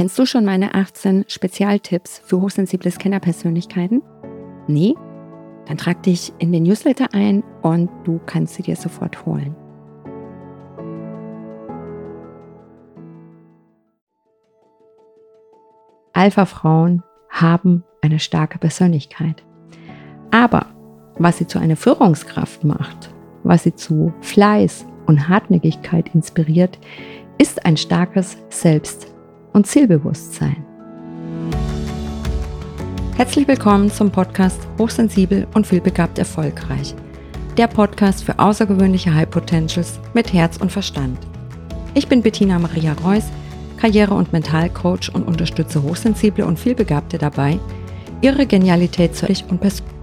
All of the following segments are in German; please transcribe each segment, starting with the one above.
Kennst du schon meine 18 Spezialtipps für hochsensible Scannerpersönlichkeiten? Nee? Dann trag dich in den Newsletter ein und du kannst sie dir sofort holen. Alpha-Frauen haben eine starke Persönlichkeit. Aber was sie zu einer Führungskraft macht, was sie zu Fleiß und Hartnäckigkeit inspiriert, ist ein starkes Selbst- und Zielbewusstsein. Herzlich willkommen zum Podcast Hochsensibel und vielbegabt erfolgreich. Der Podcast für außergewöhnliche High Potentials mit Herz und Verstand. Ich bin Bettina Maria Reuss, Karriere- und Mentalcoach und unterstütze Hochsensible und Vielbegabte dabei, ihre Genialität zu und persönlich.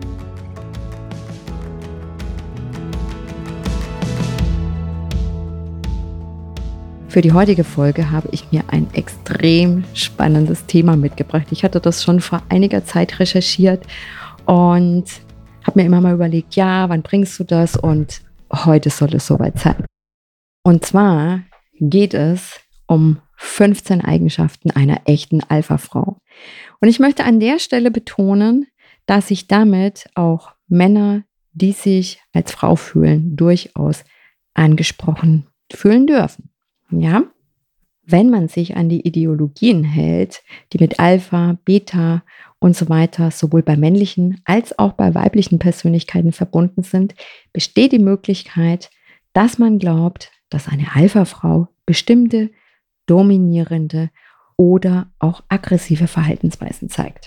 Für die heutige Folge habe ich mir ein extrem spannendes Thema mitgebracht. Ich hatte das schon vor einiger Zeit recherchiert und habe mir immer mal überlegt, ja, wann bringst du das? Und heute soll es soweit sein. Und zwar geht es um 15 Eigenschaften einer echten Alpha-Frau. Und ich möchte an der Stelle betonen, dass sich damit auch Männer, die sich als Frau fühlen, durchaus angesprochen fühlen dürfen. Ja, wenn man sich an die Ideologien hält, die mit Alpha, Beta und so weiter sowohl bei männlichen als auch bei weiblichen Persönlichkeiten verbunden sind, besteht die Möglichkeit, dass man glaubt, dass eine Alpha-Frau bestimmte dominierende oder auch aggressive Verhaltensweisen zeigt.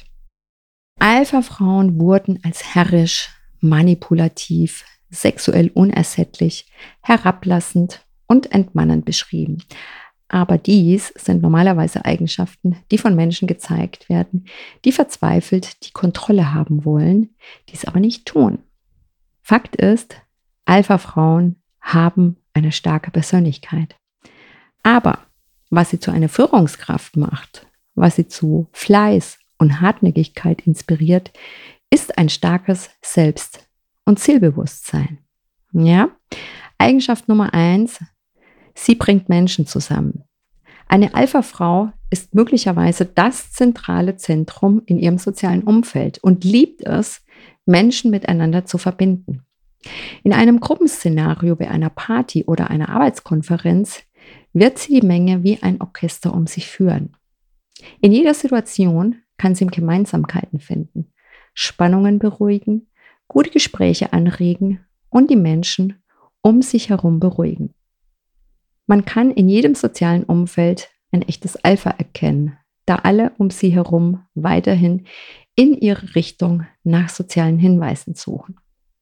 Alpha-Frauen wurden als herrisch, manipulativ, sexuell unersättlich, herablassend und entmannend beschrieben. Aber dies sind normalerweise Eigenschaften, die von Menschen gezeigt werden, die verzweifelt die Kontrolle haben wollen, dies aber nicht tun. Fakt ist, Alpha-Frauen haben eine starke Persönlichkeit. Aber was sie zu einer Führungskraft macht, was sie zu Fleiß und Hartnäckigkeit inspiriert, ist ein starkes Selbst- und Zielbewusstsein. Ja? Eigenschaft Nummer 1, sie bringt Menschen zusammen. Eine Alpha-Frau ist möglicherweise das zentrale Zentrum in ihrem sozialen Umfeld und liebt es, Menschen miteinander zu verbinden. In einem Gruppenszenario bei einer Party oder einer Arbeitskonferenz wird sie die Menge wie ein Orchester um sich führen. In jeder Situation kann sie Gemeinsamkeiten finden, Spannungen beruhigen, gute Gespräche anregen und die Menschen um sich herum beruhigen. Man kann in jedem sozialen Umfeld ein echtes Alpha erkennen, da alle um sie herum weiterhin in ihre Richtung nach sozialen Hinweisen suchen.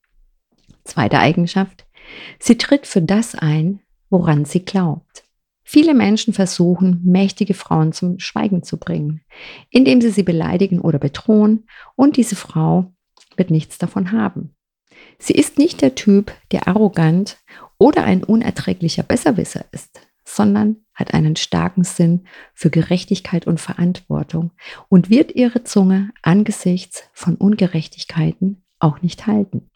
Zweite Eigenschaft, sie tritt für das ein, woran sie glaubt. Viele Menschen versuchen, mächtige Frauen zum Schweigen zu bringen, indem sie beleidigen oder bedrohen, und diese Frau wird nichts davon haben. Sie ist nicht der Typ, der arrogant oder ein unerträglicher Besserwisser ist, sondern hat einen starken Sinn für Gerechtigkeit und Verantwortung und wird ihre Zunge angesichts von Ungerechtigkeiten auch nicht halten.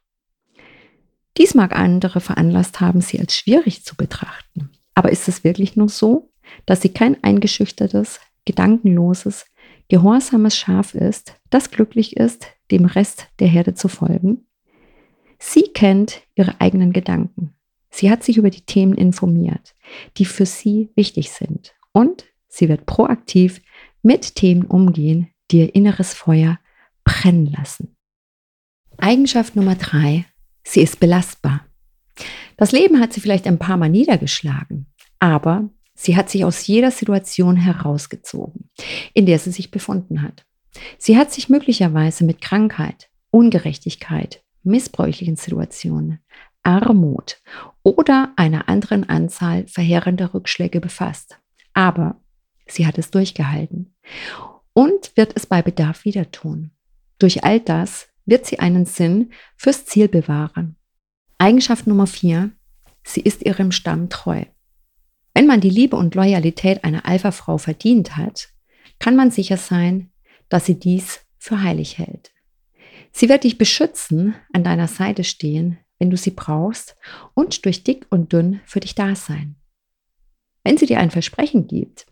Dies mag andere veranlasst haben, sie als schwierig zu betrachten. Aber ist es wirklich nur so, dass sie kein eingeschüchtertes, gedankenloses, gehorsames Schaf ist, das glücklich ist, dem Rest der Herde zu folgen? Sie kennt ihre eigenen Gedanken. Sie hat sich über die Themen informiert, die für sie wichtig sind. Und sie wird proaktiv mit Themen umgehen, die ihr inneres Feuer brennen lassen. Eigenschaft Nummer 3. Sie ist belastbar. Das Leben hat sie vielleicht ein paar Mal niedergeschlagen, aber sie hat sich aus jeder Situation herausgezogen, in der sie sich befunden hat. Sie hat sich möglicherweise mit Krankheit, Ungerechtigkeit, missbräuchlichen Situationen, Armut oder einer anderen Anzahl verheerender Rückschläge befasst. Aber sie hat es durchgehalten und wird es bei Bedarf wieder tun. Durch all das wird sie einen Sinn fürs Ziel bewahren. Eigenschaft Nummer 4, sie ist ihrem Stamm treu. Wenn man die Liebe und Loyalität einer Alpha-Frau verdient hat, kann man sicher sein, dass sie dies für heilig hält. Sie wird dich beschützen, an deiner Seite stehen, wenn du sie brauchst, und durch dick und dünn für dich da sein. Wenn sie dir ein Versprechen gibt,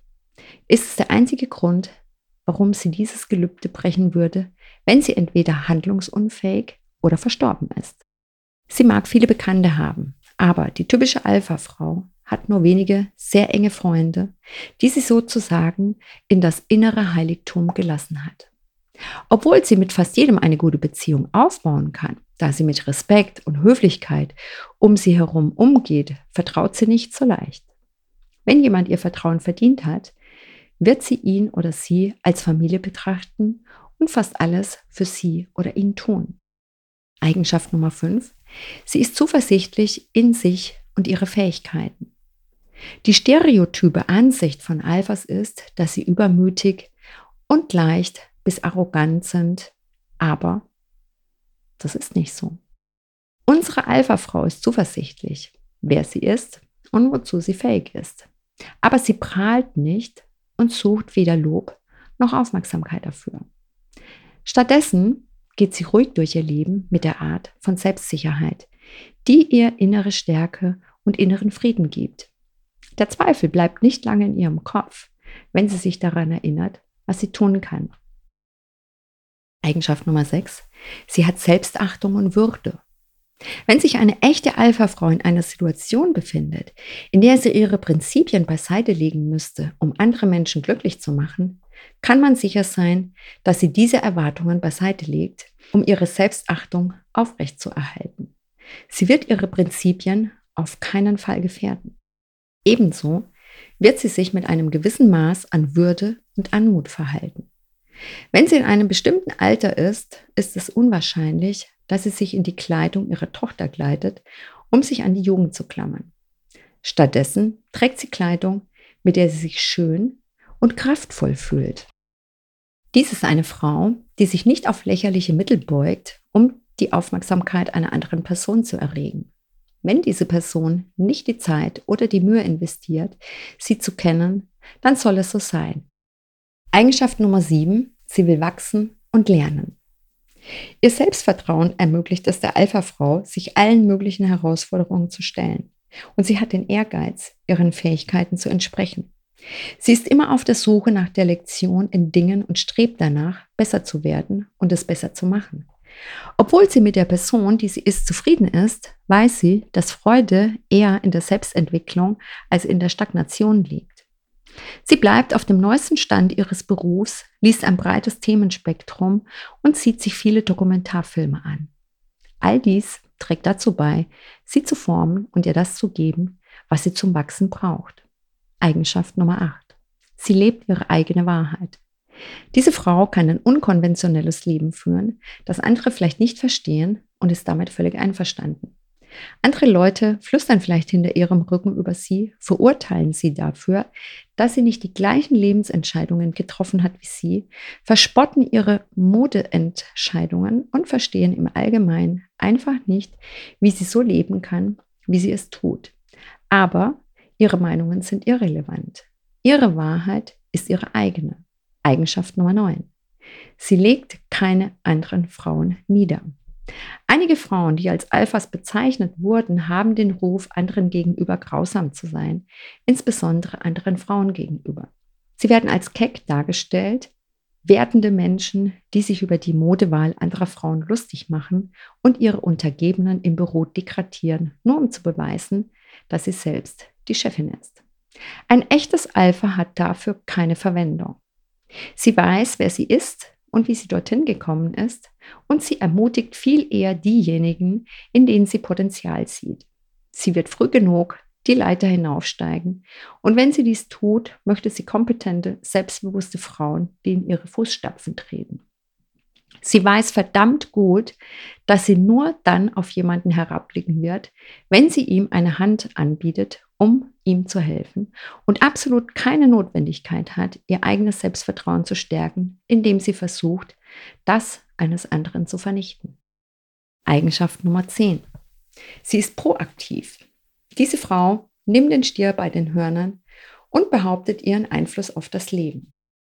ist es der einzige Grund, warum sie dieses Gelübde brechen würde, wenn sie entweder handlungsunfähig oder verstorben ist. Sie mag viele Bekannte haben, aber die typische Alpha-Frau hat nur wenige sehr enge Freunde, die sie sozusagen in das innere Heiligtum gelassen hat. Obwohl sie mit fast jedem eine gute Beziehung aufbauen kann, da sie mit Respekt und Höflichkeit um sie herum umgeht, vertraut sie nicht so leicht. Wenn jemand ihr Vertrauen verdient hat, wird sie ihn oder sie als Familie betrachten und fast alles für sie oder ihn tun. Eigenschaft Nummer 5. Sie ist zuversichtlich in sich und ihre Fähigkeiten. Die stereotype Ansicht von Alphas ist, dass sie übermütig und leicht bis arrogant sind, aber das ist nicht so. Unsere Alpha-Frau ist zuversichtlich, wer sie ist und wozu sie fähig ist. Aber sie prahlt nicht und sucht weder Lob noch Aufmerksamkeit dafür. Stattdessen geht sie ruhig durch ihr Leben mit der Art von Selbstsicherheit, die ihr innere Stärke und inneren Frieden gibt. Der Zweifel bleibt nicht lange in ihrem Kopf, wenn sie sich daran erinnert, was sie tun kann. Eigenschaft Nummer 6. Sie hat Selbstachtung und Würde. Wenn sich eine echte Alpha-Frau in einer Situation befindet, in der sie ihre Prinzipien beiseite legen müsste, um andere Menschen glücklich zu machen, kann man sicher sein, dass sie diese Erwartungen beiseite legt, um ihre Selbstachtung aufrechtzuerhalten. Sie wird ihre Prinzipien auf keinen Fall gefährden. Ebenso wird sie sich mit einem gewissen Maß an Würde und Anmut verhalten. Wenn sie in einem bestimmten Alter ist, ist es unwahrscheinlich, dass sie sich in die Kleidung ihrer Tochter kleidet, um sich an die Jugend zu klammern. Stattdessen trägt sie Kleidung, mit der sie sich schön und kraftvoll fühlt. Dies ist eine Frau, die sich nicht auf lächerliche Mittel beugt, um die Aufmerksamkeit einer anderen Person zu erregen. Wenn diese Person nicht die Zeit oder die Mühe investiert, sie zu kennen, dann soll es so sein. Eigenschaft Nummer 7. Sie will wachsen und lernen. Ihr Selbstvertrauen ermöglicht es der Alpha-Frau, sich allen möglichen Herausforderungen zu stellen. Und sie hat den Ehrgeiz, ihren Fähigkeiten zu entsprechen. Sie ist immer auf der Suche nach der Lektion in Dingen und strebt danach, besser zu werden und es besser zu machen. Obwohl sie mit der Person, die sie ist, zufrieden ist, weiß sie, dass Freude eher in der Selbstentwicklung als in der Stagnation liegt. Sie bleibt auf dem neuesten Stand ihres Berufs, liest ein breites Themenspektrum und zieht sich viele Dokumentarfilme an. All dies trägt dazu bei, sie zu formen und ihr das zu geben, was sie zum Wachsen braucht. Eigenschaft Nummer 8. Sie lebt ihre eigene Wahrheit. Diese Frau kann ein unkonventionelles Leben führen, das andere vielleicht nicht verstehen und ist damit völlig einverstanden. Andere Leute flüstern vielleicht hinter ihrem Rücken über sie, verurteilen sie dafür, dass sie nicht die gleichen Lebensentscheidungen getroffen hat wie sie, verspotten ihre Modeentscheidungen und verstehen im Allgemeinen einfach nicht, wie sie so leben kann, wie sie es tut. Aber ihre Meinungen sind irrelevant. Ihre Wahrheit ist ihre eigene. Eigenschaft Nummer 9. Sie legt keine anderen Frauen nieder. Einige Frauen, die als Alphas bezeichnet wurden, haben den Ruf, anderen gegenüber grausam zu sein, insbesondere anderen Frauen gegenüber. Sie werden als keck dargestellt, wertende Menschen, die sich über die Modewahl anderer Frauen lustig machen und ihre Untergebenen im Büro degradieren, nur um zu beweisen, dass sie selbst die Chefin ist. Ein echtes Alpha hat dafür keine Verwendung. Sie weiß, wer sie ist und wie sie dorthin gekommen ist, und sie ermutigt viel eher diejenigen, in denen sie Potenzial sieht. Sie wird früh genug die Leiter hinaufsteigen, und wenn sie dies tut, möchte sie kompetente, selbstbewusste Frauen, die in ihre Fußstapfen treten. Sie weiß verdammt gut, dass sie nur dann auf jemanden herabblicken wird, wenn sie ihm eine Hand anbietet, um ihm zu helfen, und absolut keine Notwendigkeit hat, ihr eigenes Selbstvertrauen zu stärken, indem sie versucht, das eines anderen zu vernichten. Eigenschaft Nummer 10. Sie ist proaktiv. Diese Frau nimmt den Stier bei den Hörnern und behauptet ihren Einfluss auf das Leben.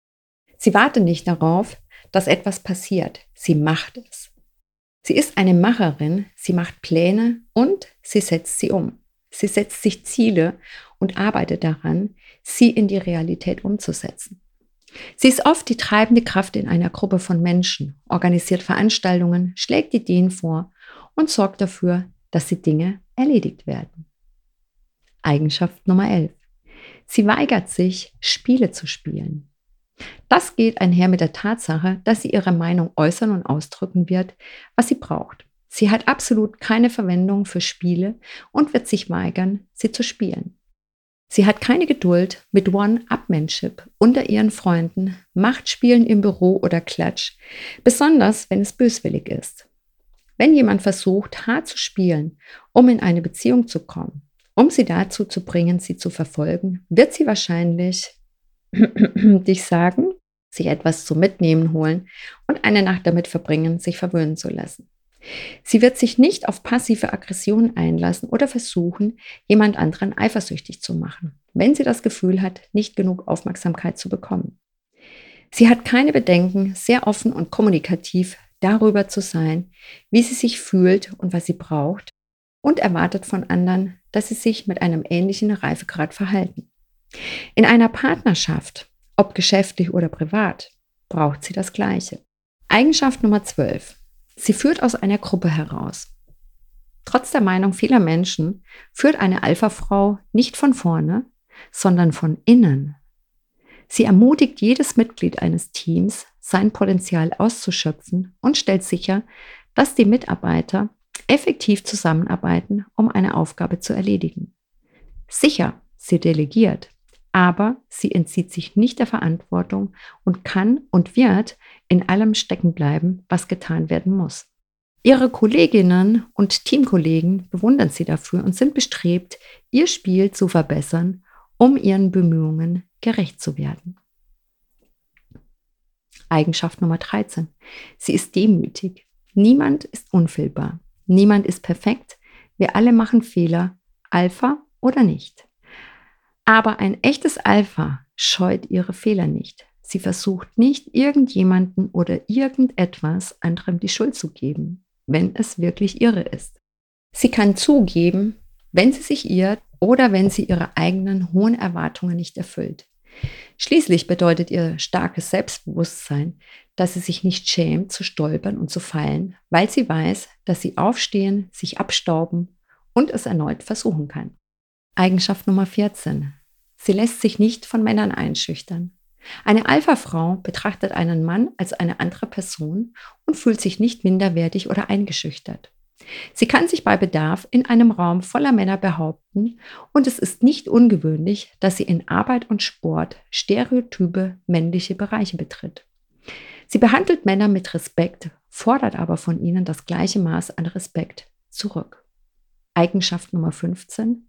Sie wartet nicht darauf, dass etwas passiert. Sie macht es. Sie ist eine Macherin, sie macht Pläne und sie setzt sie um. Sie setzt sich Ziele und arbeitet daran, sie in die Realität umzusetzen. Sie ist oft die treibende Kraft in einer Gruppe von Menschen, organisiert Veranstaltungen, schlägt Ideen vor und sorgt dafür, dass die Dinge erledigt werden. Eigenschaft Nummer 11. Sie weigert sich, Spiele zu spielen. Das geht einher mit der Tatsache, dass sie ihre Meinung äußern und ausdrücken wird, was sie braucht. Sie hat absolut keine Verwendung für Spiele und wird sich weigern, sie zu spielen. Sie hat keine Geduld mit One-Upmanship unter ihren Freunden, Machtspielen im Büro oder Klatsch, besonders wenn es böswillig ist. Wenn jemand versucht, hart zu spielen, um in eine Beziehung zu kommen, um sie dazu zu bringen, sie zu verfolgen, wird sie wahrscheinlich dich sagen, sich etwas zum Mitnehmen holen und eine Nacht damit verbringen, sich verwöhnen zu lassen. Sie wird sich nicht auf passive Aggression einlassen oder versuchen, jemand anderen eifersüchtig zu machen, wenn sie das Gefühl hat, nicht genug Aufmerksamkeit zu bekommen. Sie hat keine Bedenken, sehr offen und kommunikativ darüber zu sein, wie sie sich fühlt und was sie braucht und erwartet von anderen, dass sie sich mit einem ähnlichen Reifegrad verhalten. In einer Partnerschaft, ob geschäftlich oder privat, braucht sie das Gleiche. Eigenschaft Nummer 12. Sie führt aus einer Gruppe heraus. Trotz der Meinung vieler Menschen führt eine Alpha-Frau nicht von vorne, sondern von innen. Sie ermutigt jedes Mitglied eines Teams, sein Potenzial auszuschöpfen und stellt sicher, dass die Mitarbeiter effektiv zusammenarbeiten, um eine Aufgabe zu erledigen. Sicher, sie delegiert, aber sie entzieht sich nicht der Verantwortung und kann und wird in allem stecken bleiben, was getan werden muss. Ihre Kolleginnen und Teamkollegen bewundern sie dafür und sind bestrebt, ihr Spiel zu verbessern, um ihren Bemühungen gerecht zu werden. Eigenschaft Nummer 13. Sie ist demütig. Niemand ist unfehlbar. Niemand ist perfekt. Wir alle machen Fehler, Alpha oder nicht. Aber ein echtes Alpha scheut ihre Fehler nicht. Sie versucht nicht, irgendjemanden oder irgendetwas anderem die Schuld zu geben, wenn es wirklich ihre ist. Sie kann zugeben, wenn sie sich irrt oder wenn sie ihre eigenen hohen Erwartungen nicht erfüllt. Schließlich bedeutet ihr starkes Selbstbewusstsein, dass sie sich nicht schämt, zu stolpern und zu fallen, weil sie weiß, dass sie aufstehen, sich abstauben und es erneut versuchen kann. Eigenschaft Nummer 14. Sie lässt sich nicht von Männern einschüchtern. Eine Alpha-Frau betrachtet einen Mann als eine andere Person und fühlt sich nicht minderwertig oder eingeschüchtert. Sie kann sich bei Bedarf in einem Raum voller Männer behaupten und es ist nicht ungewöhnlich, dass sie in Arbeit und Sport stereotype männliche Bereiche betritt. Sie behandelt Männer mit Respekt, fordert aber von ihnen das gleiche Maß an Respekt zurück. Eigenschaft Nummer 15.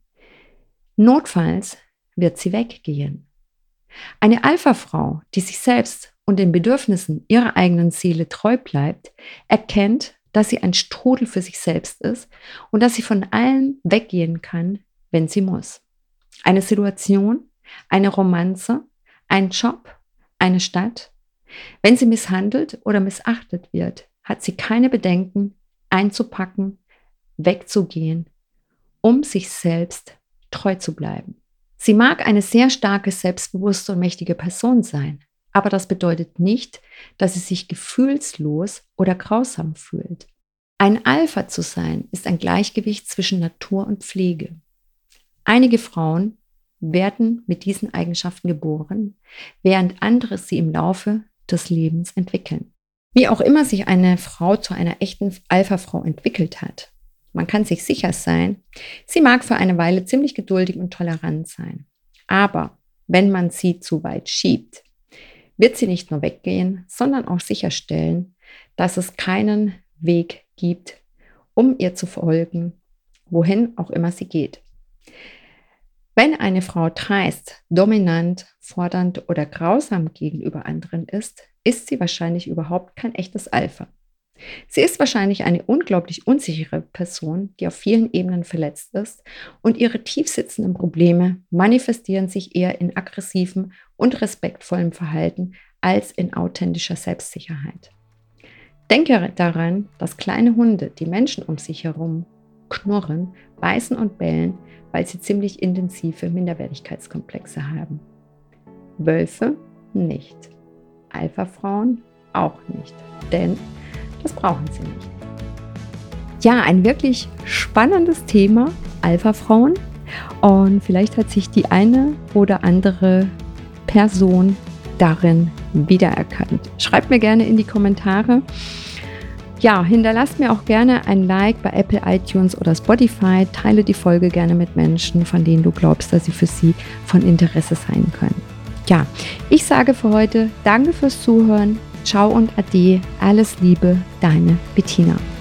Notfalls wird sie weggehen. Eine Alpha-Frau, die sich selbst und den Bedürfnissen ihrer eigenen Seele treu bleibt, erkennt, dass sie ein Strudel für sich selbst ist und dass sie von allem weggehen kann, wenn sie muss. Eine Situation, eine Romanze, ein Job, eine Stadt. Wenn sie misshandelt oder missachtet wird, hat sie keine Bedenken, einzupacken, wegzugehen, um sich selbst treu zu bleiben. Sie mag eine sehr starke, selbstbewusste und mächtige Person sein, aber das bedeutet nicht, dass sie sich gefühlslos oder grausam fühlt. Ein Alpha zu sein, ist ein Gleichgewicht zwischen Natur und Pflege. Einige Frauen werden mit diesen Eigenschaften geboren, während andere sie im Laufe des Lebens entwickeln. Wie auch immer sich eine Frau zu einer echten Alpha-Frau entwickelt hat, man kann sich sicher sein, sie mag für eine Weile ziemlich geduldig und tolerant sein. Aber wenn man sie zu weit schiebt, wird sie nicht nur weggehen, sondern auch sicherstellen, dass es keinen Weg gibt, um ihr zu folgen, wohin auch immer sie geht. Wenn eine Frau dreist, dominant, fordernd oder grausam gegenüber anderen ist sie wahrscheinlich überhaupt kein echtes Alpha. Sie ist wahrscheinlich eine unglaublich unsichere Person, die auf vielen Ebenen verletzt ist und ihre tiefsitzenden Probleme manifestieren sich eher in aggressivem und respektvollem Verhalten als in authentischer Selbstsicherheit. Denke daran, dass kleine Hunde, die Menschen um sich herum knurren, beißen und bellen, weil sie ziemlich intensive Minderwertigkeitskomplexe haben. Wölfe nicht. Alpha-Frauen auch nicht, denn das brauchen sie nicht. Ja, ein wirklich spannendes Thema, Alpha-Frauen. Und vielleicht hat sich die eine oder andere Person darin wiedererkannt. Schreibt mir gerne in die Kommentare. Ja, hinterlasst mir auch gerne ein Like bei Apple, iTunes oder Spotify. Teile die Folge gerne mit Menschen, von denen du glaubst, dass sie für sie von Interesse sein können. Ja, ich sage für heute Danke fürs Zuhören. Ciao und Ade. Alles Liebe, deine Bettina.